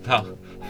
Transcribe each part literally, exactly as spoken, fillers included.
Ja.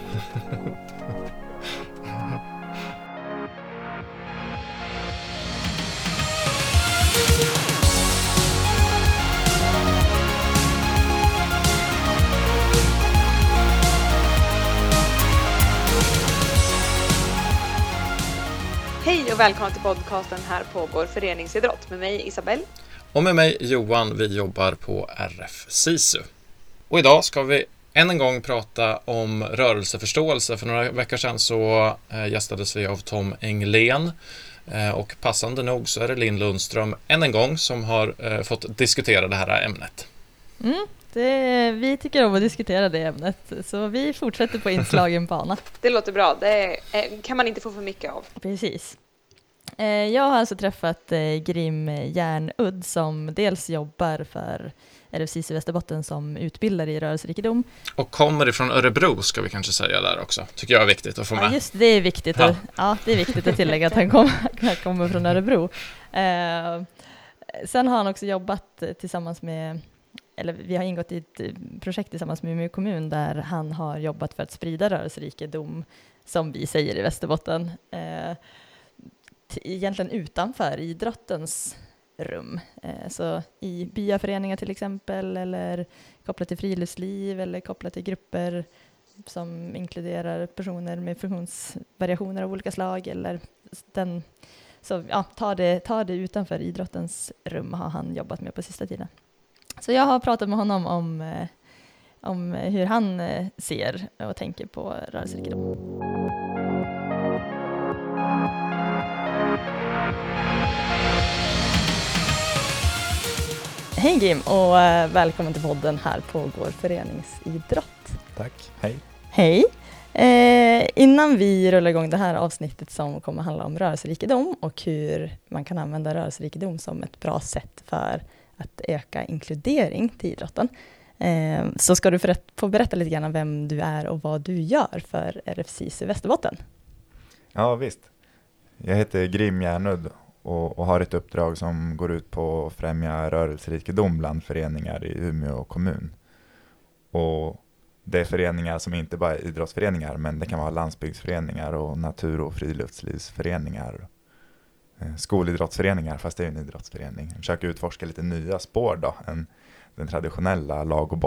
Hej och välkomna till podcasten Här pågår föreningsidrott med mig Isabelle. Och med mig Johan, vi jobbar på R F SISU. Och idag ska vi än en gång prata om rörelseförståelse. För några veckor sedan så gästades vi av Tom Englén. Och passande nog så är det Linn Lundström än en gång som har fått diskutera det här ämnet. Mm, det, vi tycker om att diskutera det ämnet, så vi fortsätter på inslagen bana. Det låter bra, det är, kan man inte få för mycket av. Precis. Jag har alltså träffat Grim Järnudd som dels jobbar för R F SISU Västerbotten som utbildare i rörelserikedom. Och kommer ifrån Örebro ska vi kanske säga där också. Tycker jag är viktigt att få med. Ja, just det är viktigt, ja. Att, ja, det är viktigt att tillägga att han, kom, han kommer från Örebro. Eh, sen har han också jobbat tillsammans med, eller vi har ingått i ett projekt tillsammans med Umeå kommun där han har jobbat för att sprida rörelserikedom, som vi säger i Västerbotten. Eh, egentligen utanför idrottens rum. Eh, så i byaföreningar till exempel, eller kopplat till friluftsliv eller kopplat till grupper som inkluderar personer med funktionsvariationer av olika slag. Eller den, så ja, ta det, ta det utanför idrottens rum har han jobbat med på sista tiden. Så jag har pratat med honom om, eh, om hur han eh, ser och tänker på rörelserikedom. Hej Gim och äh, välkommen till podden Här pågår föreningsidrott. Tack, hej. Hej. Eh, innan vi rullar igång det här avsnittet som kommer handla om rörelserikedom och hur man kan använda rörelserikedom som ett bra sätt för att öka inkludering till idrotten, eh, så ska du för att, få berätta lite grann om vem du är och vad du gör för R F SISU Västerbotten. Ja visst. Jag heter Grim Järnudd och, och har ett uppdrag som går ut på att främja rörelserikedom bland föreningar i Umeå kommun. Och det är föreningar som inte bara är idrottsföreningar, men det kan vara landsbygdsföreningar och natur- och friluftslivsföreningar. Skolidrottsföreningar, fast det är en idrottsförening. Jag försöker utforska lite nya spår då än den traditionella lag- och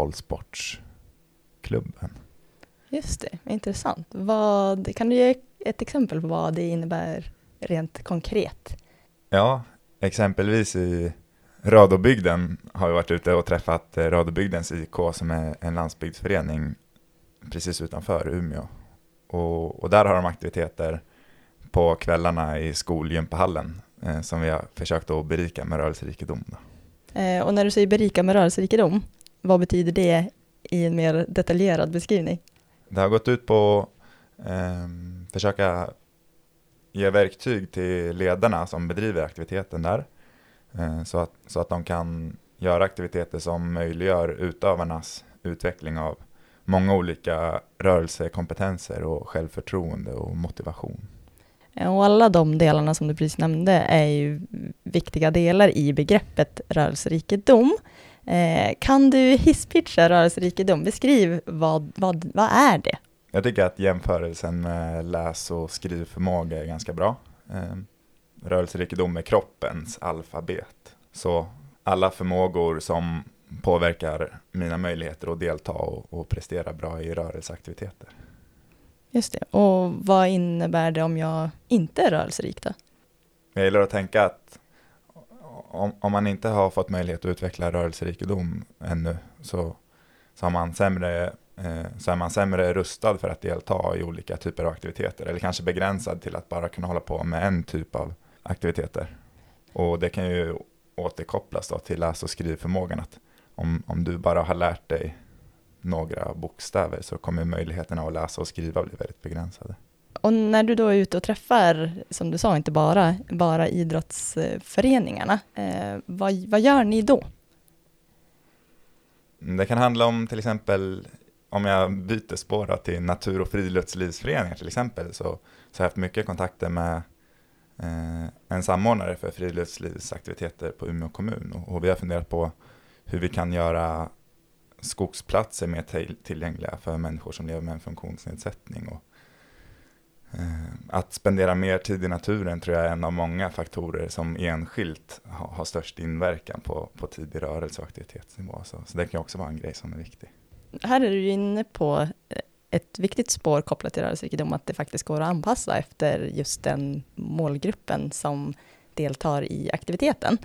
bollsportsklubben. Just det, intressant. Vad, kan du ge ett exempel på vad det innebär rent konkret? Ja, exempelvis i Radobygden har vi varit ute och träffat Radobygdens I K som är en landsbygdsförening precis utanför Umeå. Och, och där har de aktiviteter på kvällarna i skolgympahallen eh, som vi har försökt att berika med rörelserikedom. Eh, och när du säger berika med rörelserikedom, vad betyder det i en mer detaljerad beskrivning? Det har gått ut på eh, försöka ge verktyg till ledarna som bedriver aktiviteten där. Eh, så, att, så att de kan göra aktiviteter som möjliggör utövarnas utveckling av många olika rörelsekompetenser och självförtroende och motivation. Och alla de delarna som du precis nämnde är ju viktiga delar i begreppet rörelserikedom. Eh, kan du hisspitcha rörelserikedom? Beskriv vad, vad, vad är det? Jag tycker att jämförelsen med läs- och skrivförmåga är ganska bra. Eh, rörelserikedom är kroppens alfabet. Så alla förmågor som påverkar mina möjligheter att delta och, och prestera bra i rörelseaktiviteter. Just det. Och vad innebär det om jag inte är rörelserik då? Jag gillar att tänka att om, om man inte har fått möjlighet att utveckla rörelserikedom ännu så, så, har man sämre, eh, så är man sämre rustad för att delta i olika typer av aktiviteter. Eller kanske begränsad till att bara kunna hålla på med en typ av aktiviteter. Och det kan ju återkopplas då till läs- och skrivförmågan. Att om, om du bara har lärt dig några bokstäver så kommer möjligheterna att läsa och skriva bli väldigt begränsade. Och när du då är ute och träffar, som du sa, inte bara, bara idrottsföreningarna, eh, vad, vad gör ni då? Det kan handla om till exempel, om jag byter spår till natur- och friluftslivsföreningar till exempel, så, så har jag haft mycket kontakter med eh, en samordnare för friluftslivsaktiviteter på Umeå kommun. Och, och vi har funderat på hur vi kan göra skogsplatser mer till, tillgängliga för människor som lever med en funktionsnedsättning. Och, eh, att spendera mer tid i naturen tror jag är en av många faktorer som enskilt ha, har störst inverkan på, på tidig rörelse och aktivitetsnivå. Så, så det kan också vara en grej som är viktig. Här är du ju inne på ett viktigt spår kopplat till rörelserikedom, att det faktiskt går att anpassa efter just den målgruppen som deltar i aktiviteten.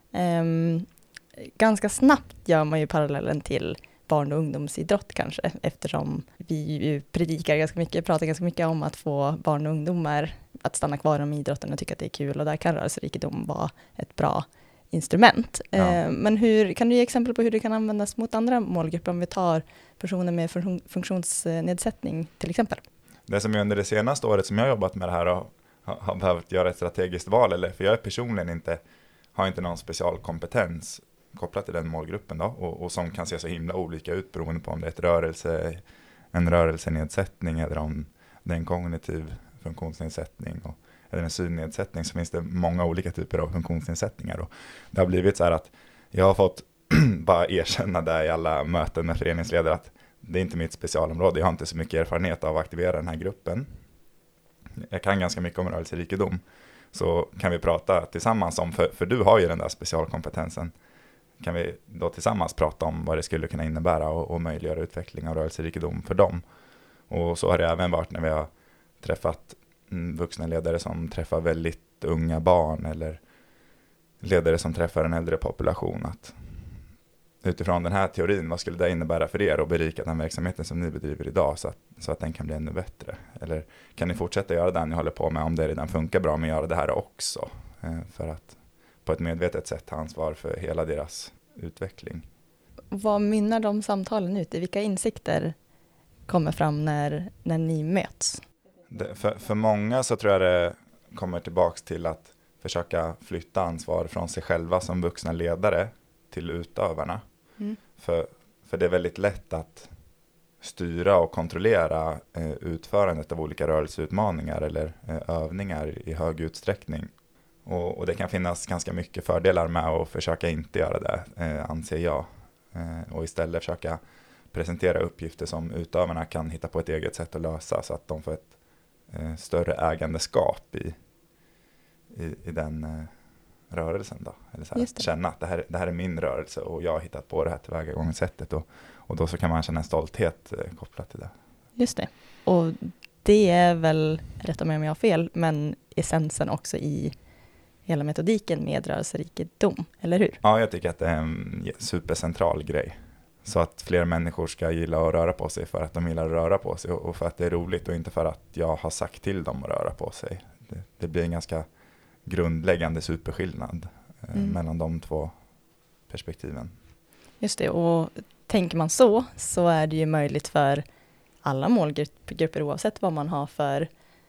Um, ganska snabbt gör man ju parallellen till barn- och ungdomsidrott kanske, eftersom vi ju predikar ganska mycket, pratar ganska mycket om att få barn och ungdomar att stanna kvar i idrotten och tycka att det är kul, och där kan rörelserikedom vara ett bra instrument. Ja. Men hur, kan du ge exempel på hur det kan användas mot andra målgrupper, om vi tar personer med fun- funktionsnedsättning till exempel? Det som är under det senaste året som jag har jobbat med det här och har, har behövt göra ett strategiskt val, eller för jag är personligen inte, har inte någon specialkompetens kopplat till den målgruppen då, och, och som kan se så himla olika ut beroende på om det är ett rörelse, en rörelsenedsättning eller om det är en kognitiv funktionsnedsättning och eller en synnedsättning, så finns det många olika typer av funktionsnedsättningar. Och det har blivit så här att jag har fått bara erkänna det i alla möten med föreningsledare att det är inte mitt specialområde. Jag har inte så mycket erfarenhet av att aktivera den här gruppen. Jag kan ganska mycket om rörelserikedom. Så kan vi prata tillsammans om, för, för du har ju den där specialkompetensen, kan vi då tillsammans prata om vad det skulle kunna innebära och, och möjliggöra utveckling av rörelserikedom för dem. Och så har det även varit när vi har träffat vuxna ledare som träffar väldigt unga barn eller ledare som träffar en äldre population, att utifrån den här teorin, vad skulle det innebära för er och berika den verksamheten som ni bedriver idag så att, så att den kan bli ännu bättre? Eller kan ni fortsätta göra det ni håller på med om det redan funkar bra, men göra det här också eh, för att på ett medvetet sätt ta ansvar för hela deras utveckling? Vad mynnar de samtalen ut i? Vilka insikter kommer fram när, när ni möts? Det, för, för många så tror jag det kommer tillbaks till att försöka flytta ansvar från sig själva som vuxna ledare till utövarna. Mm. För, för det är väldigt lätt att styra och kontrollera eh, utförandet av olika rörelseutmaningar eller eh, övningar i hög utsträckning. Och, och det kan finnas ganska mycket fördelar med att försöka inte göra det, eh, anser jag. Eh, och istället försöka presentera uppgifter som utövarna kan hitta på ett eget sätt att lösa så att de får ett eh, större ägandeskap i, i, i den eh, rörelsen då. Eller så här, känna att det här, det här är min rörelse och jag har hittat på det här tillvägagångssättet, och, och då så kan man känna en stolthet eh, kopplat till det. Just det. Och det är väl, rätta mig om jag har fel, men essensen också i hela metodiken med rörelserikedom, eller hur? Ja, jag tycker att det är en supercentral grej. Så att fler människor ska gilla att röra på sig för att de gillar att röra på sig och för att det är roligt och inte för att jag har sagt till dem att röra på sig. Det, det blir en ganska grundläggande superskillnad eh, mm. mellan de två perspektiven. Just det, och tänker man så så är det ju möjligt för alla målgrupper oavsett vad man har för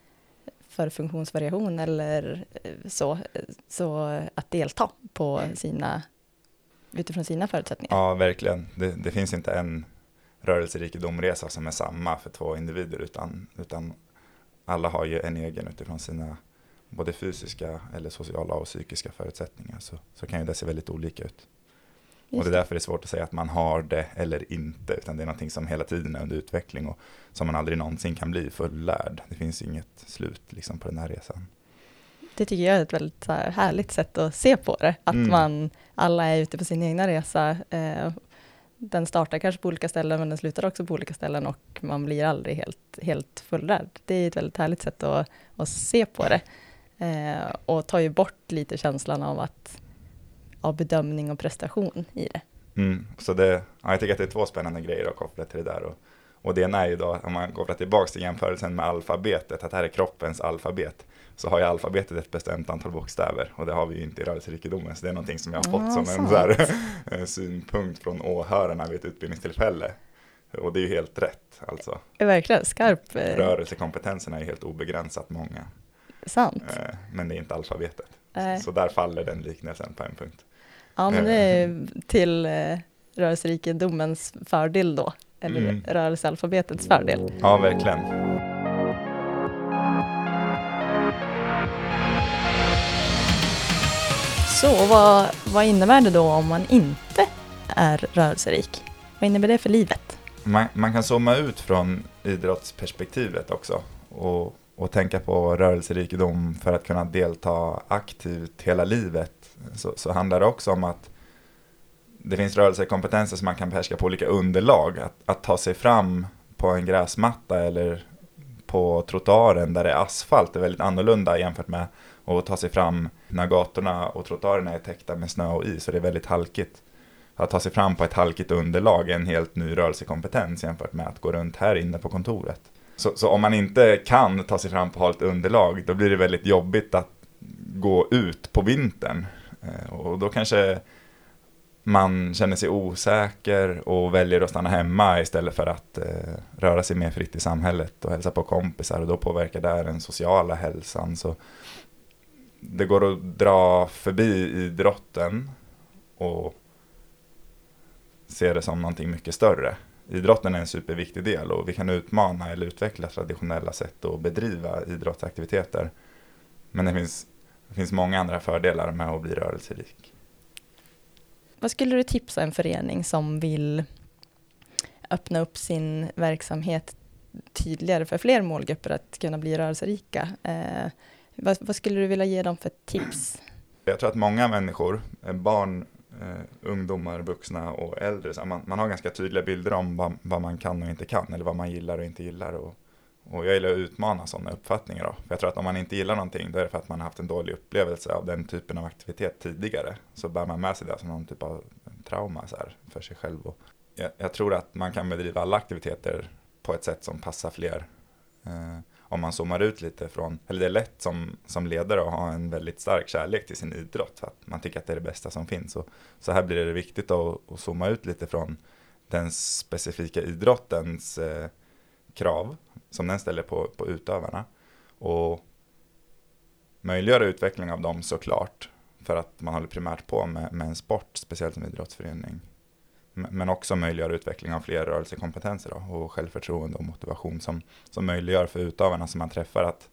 för funktionsvariation eller så, så att delta på sina, utifrån sina förutsättningar. Ja, verkligen. Det, det finns inte en rörelserikedomresa som är samma för två individer, utan, utan alla har ju en egen utifrån sina både fysiska eller sociala och psykiska förutsättningar, så, så kan ju det se väldigt olika ut. Just. Och det är därför det är svårt att säga att man har det eller inte, utan det är någonting som hela tiden är under utveckling och som man aldrig någonsin kan bli fullärd. Det finns inget slut liksom på den här resan. Det tycker jag är ett väldigt så här, härligt sätt att se på det. Att mm. man, alla är ute på sin egna resa. Eh, den startar kanske på olika ställen, men den slutar också på olika ställen och man blir aldrig helt, helt fullärd. Det är ett väldigt härligt sätt att, att se på det. Eh, och tar ju bort lite känslan av att av bedömning och prestation i det. Mm, så det, ja, jag tycker att det är två spännande grejer att koppla till det där. Och, och det ena är ju då, om man kopplar tillbaka till jämförelsen med alfabetet, att här är kroppens alfabet, så har ju alfabetet ett bestämt antal bokstäver, och det har vi ju inte i rörelserikedomen. Så det är någonting som jag har fått ja, som en så här, synpunkt från åhörarna vid ett utbildningstillfälle. Och det är ju helt rätt. Alltså. Verkligen, skarp. Rörelsekompetenserna är ju helt obegränsat många. Sant. Men det är inte alfabetet. Äh. Så där faller den liknelsen på en punkt. Ja, men det är till eh, rörelserikedomens fördel då. Eller mm. rörelsealfabetets fördel. Ja, verkligen. Så vad, vad innebär det då om man inte är rörelserik? vad innebär det för livet? Man, man kan zooma ut från idrottsperspektivet också och, och tänka på rörelserikedom för att kunna delta aktivt hela livet. Så, så handlar det också om att det finns rörelsekompetenser som man kan behärska på olika underlag. Att, att ta sig fram på en gräsmatta eller på trottoaren där det är asfalt är väldigt annorlunda jämfört med att ta sig fram när gatorna och trottoarerna är täckta med snö och is, så det är väldigt halkigt. Att ta sig fram på ett halkigt underlag är en helt ny rörelsekompetens jämfört med att gå runt här inne på kontoret. Så, så om man inte kan ta sig fram på halt underlag, då blir det väldigt jobbigt att gå ut på vintern. Och då kanske man känner sig osäker och väljer att stanna hemma istället för att eh, röra sig mer fritt i samhället och hälsa på kompisar, och då påverkar det den sociala hälsan. Så det går att dra förbi idrotten och se det som någonting mycket större. Idrotten är en superviktig del och vi kan utmana eller utveckla traditionella sätt att bedriva idrottsaktiviteter. Men det finns, det finns många andra fördelar med att bli rörelserik. Vad skulle du tipsa en förening som vill öppna upp sin verksamhet tydligare för fler målgrupper att kunna bli rörelserika? Eh, vad, vad skulle du vilja ge dem för tips? Jag tror att många människor, barn, eh, ungdomar, vuxna och äldre, så man, man har ganska tydliga bilder om vad, vad man kan och inte kan, eller vad man gillar och inte gillar. Och, och jag gillar att utmana sådana uppfattningar. Då. För jag tror att om man inte gillar någonting, då är det för att man har haft en dålig upplevelse av den typen av aktivitet tidigare. Så bär man med sig det som någon typ av trauma så här, för sig själv. Och jag, jag tror att man kan bedriva alla aktiviteter på ett sätt som passar fler. Eh, om man zoomar ut lite från, eller det är lätt som, som ledare att ha en väldigt stark kärlek till sin idrott. För att man tycker att det är det bästa som finns. Och så här blir det viktigt att, att zooma ut lite från den specifika idrottens eh, krav som den ställer på, på utövarna och möjliggöra utveckling av dem såklart, för att man håller primärt på med, med en sport, speciellt som idrottsförening, men också möjliggöra utveckling av fler rörelsekompetenser då, och självförtroende och motivation som, som möjliggör för utövarna som man träffar att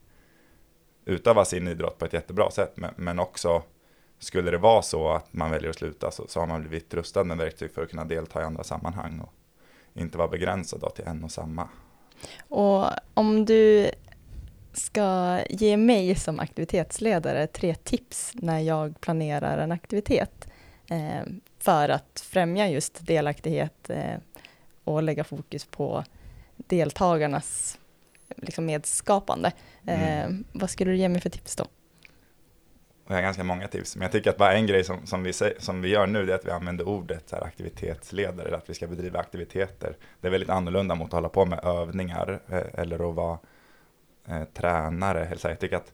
utöva sin idrott på ett jättebra sätt, men, men också skulle det vara så att man väljer att sluta, så, så har man blivit rustad med verktyg för att kunna delta i andra sammanhang och inte vara begränsad då till en och samma. Och om du ska ge mig som aktivitetsledare tre tips när jag planerar en aktivitet eh, för att främja just delaktighet eh, och lägga fokus på deltagarnas liksom, medskapande. Eh, mm. Vad skulle du ge mig för tips då? Jag har ganska många tips, men jag tycker att bara en grej som, som, vi, som vi gör nu är att vi använder ordet så här, aktivitetsledare, att vi ska bedriva aktiviteter. Det är väldigt annorlunda mot att hålla på med övningar eh, eller att vara eh, tränare. Jag tycker att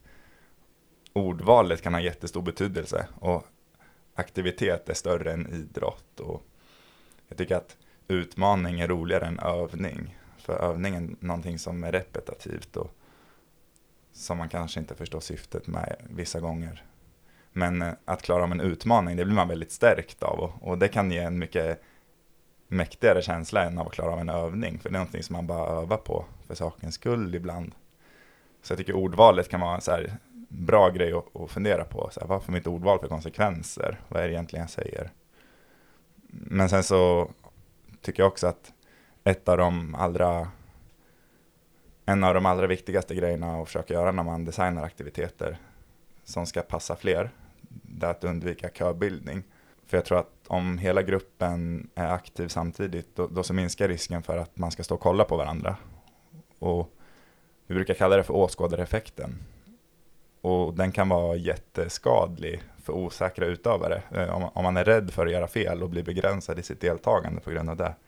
ordvalet kan ha jättestor betydelse och aktivitet är större än idrott. Och jag tycker att utmaning är roligare än övning, för övning är någonting som är repetitivt och som man kanske inte förstår syftet med vissa gånger. Men att klara av en utmaning, det blir man väldigt stärkt av. Och, och det kan ge en mycket mäktigare känsla än av att klara av en övning. För det är någonting som man bara övar på för sakens skull ibland. Så jag tycker ordvalet kan vara en så här bra grej att, att fundera på. Så här, vad får mitt ordval för konsekvenser? Vad är det egentligen jag säger? Men sen så tycker jag också att ett av de allra... En av de allra viktigaste grejerna att försöka göra när man designar aktiviteter som ska passa fler, det är att undvika köbildning. För jag tror att om hela gruppen är aktiv samtidigt, då, då så minskar risken för att man ska stå och kolla på varandra. Och vi brukar kalla det för åskådareffekten. Och den kan vara jätteskadlig för osäkra utövare. Om, om man är rädd för att göra fel och blir begränsad i sitt deltagande på grund av det.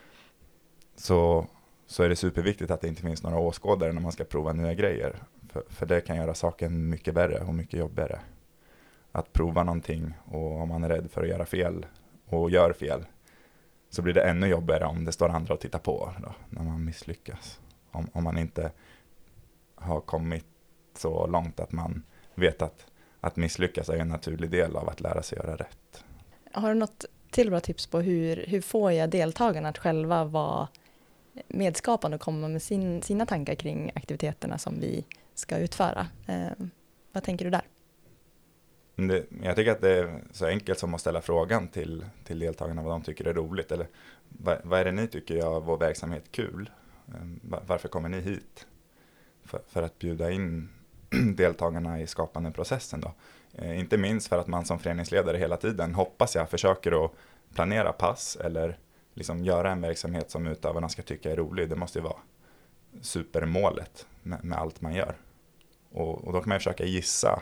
Så... så är det superviktigt att det inte finns några åskådare när man ska prova nya grejer. För, för det kan göra saken mycket värre och mycket jobbigare. Att prova någonting, och om man är rädd för att göra fel och gör fel, så blir det ännu jobbigare om det står andra och tittar på då, när man misslyckas. Om, om man inte har kommit så långt att man vet att, att misslyckas är en naturlig del av att lära sig göra rätt. Har du något till bra tips på hur, hur får jag deltagarna att själva vara medskapande och komma med sin, sina tankar kring aktiviteterna som vi ska utföra? Eh, vad tänker du där? Det, jag tycker att det är så enkelt som att ställa frågan till, till deltagarna vad de tycker är roligt. Eller vad, vad är det ni tycker gör vår verksamhet kul? Varför kommer ni hit? För, för att bjuda in deltagarna i skapande processen då. Eh, inte minst för att man som föreningsledare hela tiden, hoppas jag, försöker att planera pass eller liksom göra en verksamhet som utövarna ska tycka är rolig. Det måste ju vara supermålet med, med allt man gör. Och, och då kan man försöka gissa.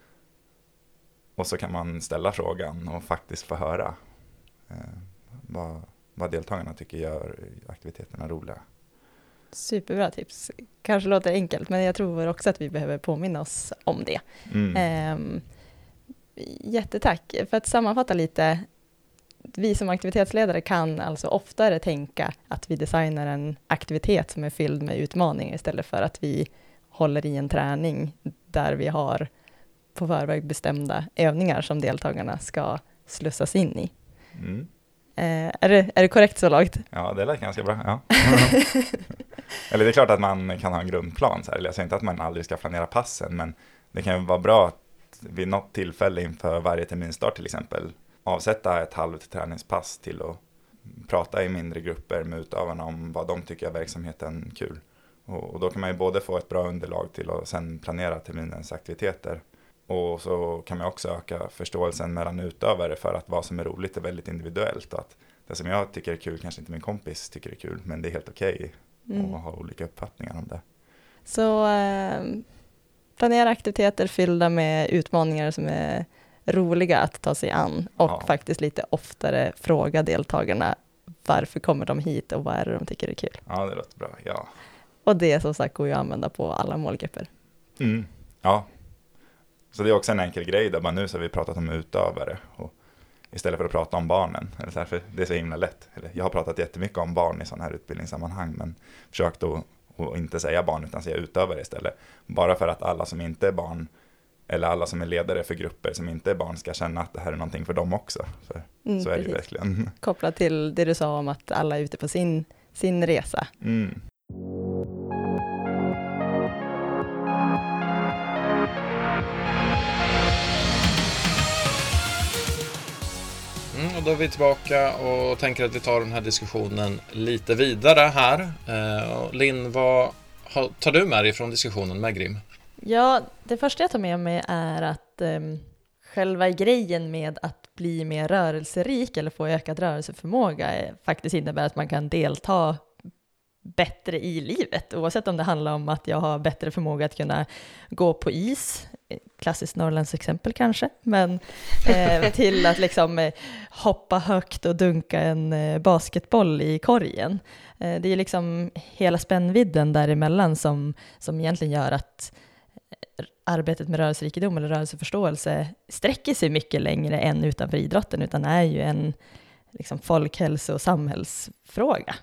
Och så kan man ställa frågan och faktiskt få höra eh, vad, vad deltagarna tycker gör aktiviteterna roliga. Superbra tips. Kanske låter enkelt, men jag tror också att vi behöver påminna oss om det. Mm. Eh, jättetack. För att sammanfatta lite, vi som aktivitetsledare kan alltså oftare tänka att vi designar en aktivitet som är fylld med utmaningar istället för att vi håller i en träning där vi har på förväg bestämda övningar som deltagarna ska slussas in i. Mm. Eh, är, det, är det korrekt så långt? Ja, det lät ganska bra. Ja. Eller det är klart att man kan ha en grundplan. Så här. Jag säger inte att man aldrig ska planera passen, men det kan ju vara bra att vid något tillfälle inför varje terminstart till exempel avsätta ett halvt träningspass till att prata i mindre grupper med utövarna om vad de tycker är verksamheten kul. Och, och då kan man ju både få ett bra underlag till att sen planera terminens aktiviteter. Och så kan man också öka förståelsen mellan utövare för att vad som är roligt är väldigt individuellt. Och att det som jag tycker är kul kanske inte min kompis tycker är kul, men det är helt okej Mm. att ha olika uppfattningar om det. Så eh, planera aktiviteter fyllda med utmaningar som är roliga att ta sig an och Ja. faktiskt lite oftare fråga deltagarna varför kommer de hit och vad är det de tycker är kul. Ja, det låter bra. Ja. Och det som sagt går ju att använda på alla målgrupper. Mm. Ja. Så det är också en enkel grej där bara nu så har vi pratat om utövare och istället för att prata om barnen. Eller så här, för det är så himla lätt. Eller, jag har pratat jättemycket om barn i sådana här utbildningssammanhang, men försök då att inte säga barn utan säga utövare istället. Bara för att alla som inte är barn eller alla som är ledare för grupper som inte är barn ska känna att det här är någonting för dem också. För Mm, så är det ju precis. verkligen. Kopplat till det du sa om att alla är ute på sin, sin resa. Mm. Mm, och då är vi tillbaka och tänker att vi tar den här diskussionen lite vidare här. Eh, Linn, vad har, tar du med dig från diskussionen med Grim? Ja, det första jag tar med mig är att um, själva grejen med att bli mer rörelserik eller få ökad rörelseförmåga är, faktiskt innebär att man kan delta bättre i livet, oavsett om det handlar om att jag har bättre förmåga att kunna gå på is, klassiskt Norrlands exempel kanske, men eh, till att liksom eh, hoppa högt och dunka en eh, basketboll i korgen. Eh, det är liksom hela spännvidden däremellan som, som egentligen gör att arbetet med rörelserikedom eller rörelseförståelse sträcker sig mycket längre än utanför idrotten, utan är ju en liksom folkhälso- och samhällsfråga.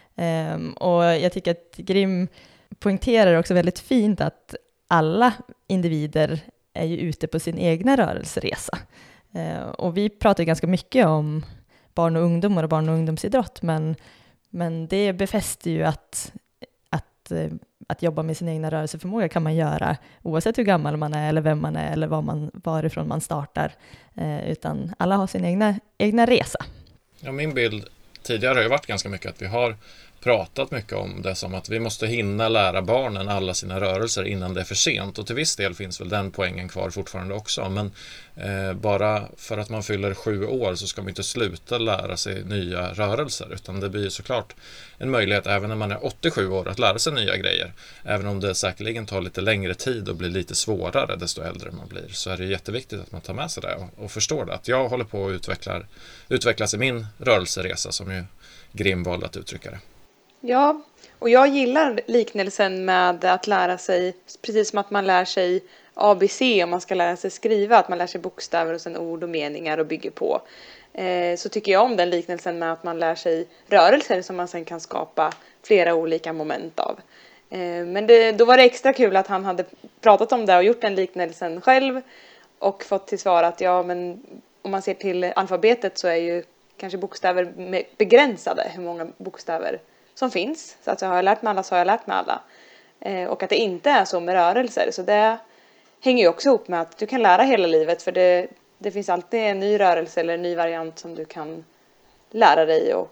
Um, och jag tycker att Grim poängterar också väldigt fint att alla individer är ju ute på sin egna rörelseresa. Uh, och vi pratar ganska mycket om barn och ungdomar och barn och ungdomsidrott, men, men det befäster ju att, att, uh, att jobba med sin egna rörelseförmåga kan man göra oavsett hur gammal man är eller vem man är eller var man, varifrån man startar, uh, utan alla har sin egna, egna resa. Ja, min bild tidigare har ju varit ganska mycket att vi har pratat mycket om det som att vi måste hinna lära barnen alla sina rörelser innan det är för sent, och till viss del finns väl den poängen kvar fortfarande också, men eh, bara för att man fyller sju år så ska man inte sluta lära sig nya rörelser, utan det blir såklart en möjlighet även när man är åttiosju år att lära sig nya grejer, även om det säkerligen tar lite längre tid och blir lite svårare desto äldre man blir, så är det jätteviktigt att man tar med sig det och, och förstår det, att jag håller på att utveckla, utvecklas i min rörelseresa, som ju Grim valde att uttrycka det. Ja, och jag gillar liknelsen med att lära sig, precis som att man lär sig A B C om man ska lära sig skriva, att man lär sig bokstäver och sen ord och meningar och bygger på. Eh, så tycker jag om den liknelsen med att man lär sig rörelser som man sen kan skapa flera olika moment av. Eh, men det, då var det extra kul att han hade pratat om det och gjort den liknelsen själv och fått till svar att ja, men om man ser till alfabetet så är ju kanske bokstäver begränsade, hur många bokstäver som finns. Så att jag har lärt mig alla så har jag lärt mig alla. Eh, och att det inte är så med rörelser. Så det hänger ju också ihop med att du kan lära hela livet, för det, det finns alltid en ny rörelse eller en ny variant som du kan lära dig och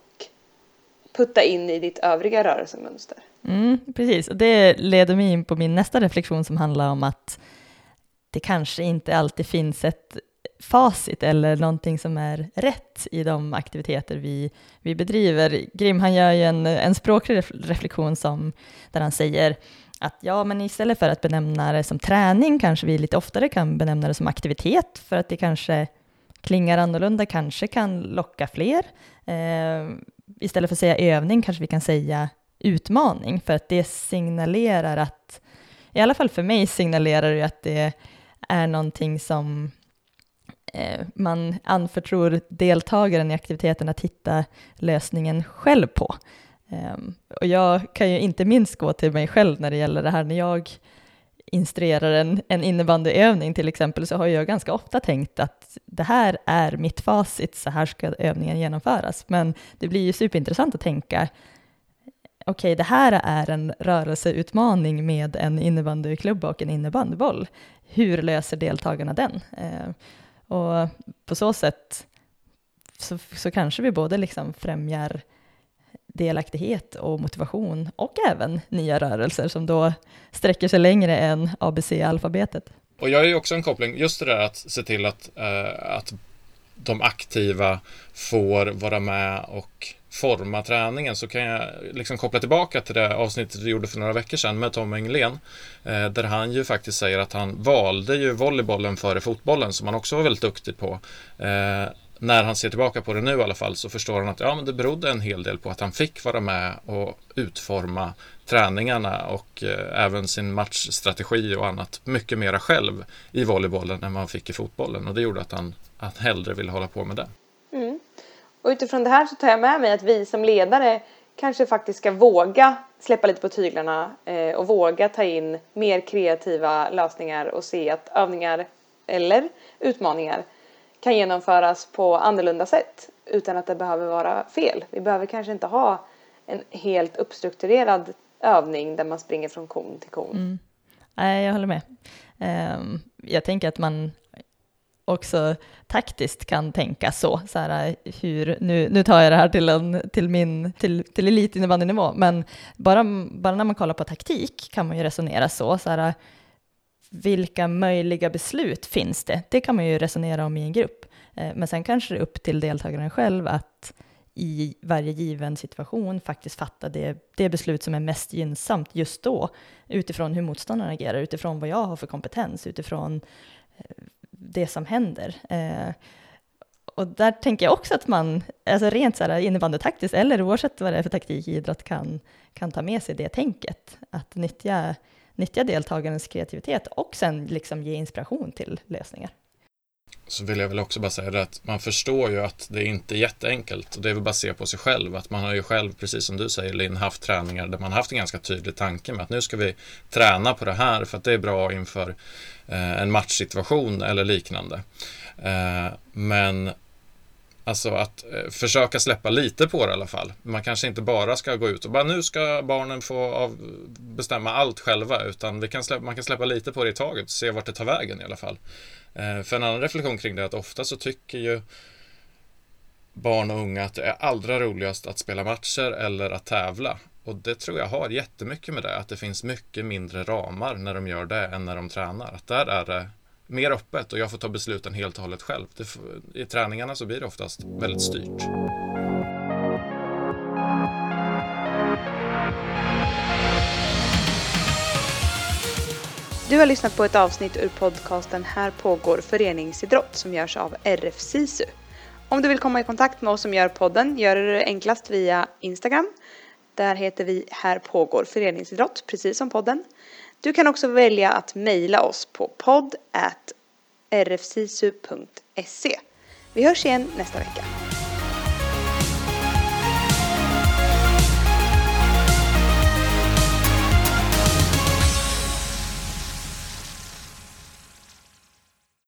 putta in i ditt övriga rörelsemönster. Mm, precis, och det leder mig in på min nästa reflektion som handlar om att det kanske inte alltid finns ett facit eller någonting som är rätt i de aktiviteter vi, vi bedriver. Grim, han gör ju en, en språklig reflektion som, där han säger att ja, men istället för att benämna det som träning kanske vi lite oftare kan benämna det som aktivitet, för att det kanske klingar annorlunda, kanske kan locka fler. Eh, istället för att säga övning kanske vi kan säga utmaning, för att det signalerar att, i alla fall för mig signalerar det att det är någonting som eh, man anförtror deltagaren i aktiviteten att hitta lösningen själv på. Um, och jag kan ju inte minst gå till mig själv när det gäller det här. När jag instruerar en, en innebandyövning till exempel, så har jag ganska ofta tänkt att det här är mitt facit, så här ska övningen genomföras. Men det blir ju superintressant att tänka, okej, okay, det här är en rörelseutmaning med en innebandyklubba och en innebandyboll. Hur löser deltagarna den? Uh, och på så sätt så, så kanske vi både liksom främjar delaktighet och motivation och även nya rörelser som då sträcker sig längre än A B C-alfabetet. Och jag är ju också en koppling, just det där att se till att, eh, att de aktiva får vara med och forma träningen, så kan jag liksom koppla tillbaka till det avsnittet vi gjorde för några veckor sedan med Tom Englén, eh, där han ju faktiskt säger att han valde ju volleybollen före fotbollen, som han också var väldigt duktig på. Eh, När han ser tillbaka på det nu i alla fall, så förstår han att ja, men det berodde en hel del på att han fick vara med och utforma träningarna och eh, även sin matchstrategi och annat mycket mera själv i volleybollen än man fick i fotbollen. Och det gjorde att han, att hellre ville hålla på med det. Mm. Och utifrån det här så tar jag med mig att vi som ledare kanske faktiskt ska våga släppa lite på tyglarna eh, och våga ta in mer kreativa lösningar och se att övningar eller utmaningar kan genomföras på annorlunda sätt utan att det behöver vara fel. Vi behöver kanske inte ha en helt uppstrukturerad övning där man springer från kon till kon. Mm. Nej, jag håller med. Um, jag tänker att man också taktiskt kan tänka så. så här, hur, nu, nu tar jag det här till, en, till, min, till, till elitinnebandynivå, men bara, bara när man kollar på taktik kan man ju resonera så. så här, vilka möjliga beslut finns det? Det kan man ju resonera om i en grupp. Men sen kanske det är upp till deltagaren själv att i varje given situation faktiskt fatta det, det beslut som är mest gynnsamt just då, utifrån hur motståndaren agerar, utifrån vad jag har för kompetens, utifrån det som händer. Och där tänker jag också att man, alltså rent så här innebandytaktiskt eller oavsett vad det är för taktik i idrott, kan, kan ta med sig det tänket. Att nyttja nyttja deltagarens kreativitet och sen liksom ge inspiration till lösningar. Så vill jag väl också bara säga det att man förstår ju att det inte är jätteenkelt, och det är väl bara att se på sig själv, att man har ju själv, precis som du säger Linn, haft träningar där man haft en ganska tydlig tanke med att nu ska vi träna på det här för att det är bra inför eh, en matchsituation eller liknande. Eh, men alltså att eh, försöka släppa lite på det i alla fall. Man kanske inte bara ska gå ut och bara nu ska barnen få av, bestämma allt själva, utan vi kan släppa, man kan släppa lite på det i taget och se vart det tar vägen i alla fall. Eh, för en annan reflektion kring det är att ofta så tycker ju barn och unga att det är allra roligast att spela matcher eller att tävla. Och det tror jag har jättemycket med det, att det finns mycket mindre ramar när de gör det än när de tränar. Att där är det mer öppet och jag får ta besluten helt och hållet själv. Det, i träningarna så blir det oftast väldigt styrt. Du har lyssnat på ett avsnitt ur podcasten Här pågår föreningsidrott som görs av R F SISU. Om du vill komma i kontakt med oss som gör podden, gör det enklast via Instagram. Där heter vi Här pågår föreningsidrott, precis som podden. Du kan också välja att mejla oss på podd at r f sisu punkt se. Vi hörs igen nästa vecka.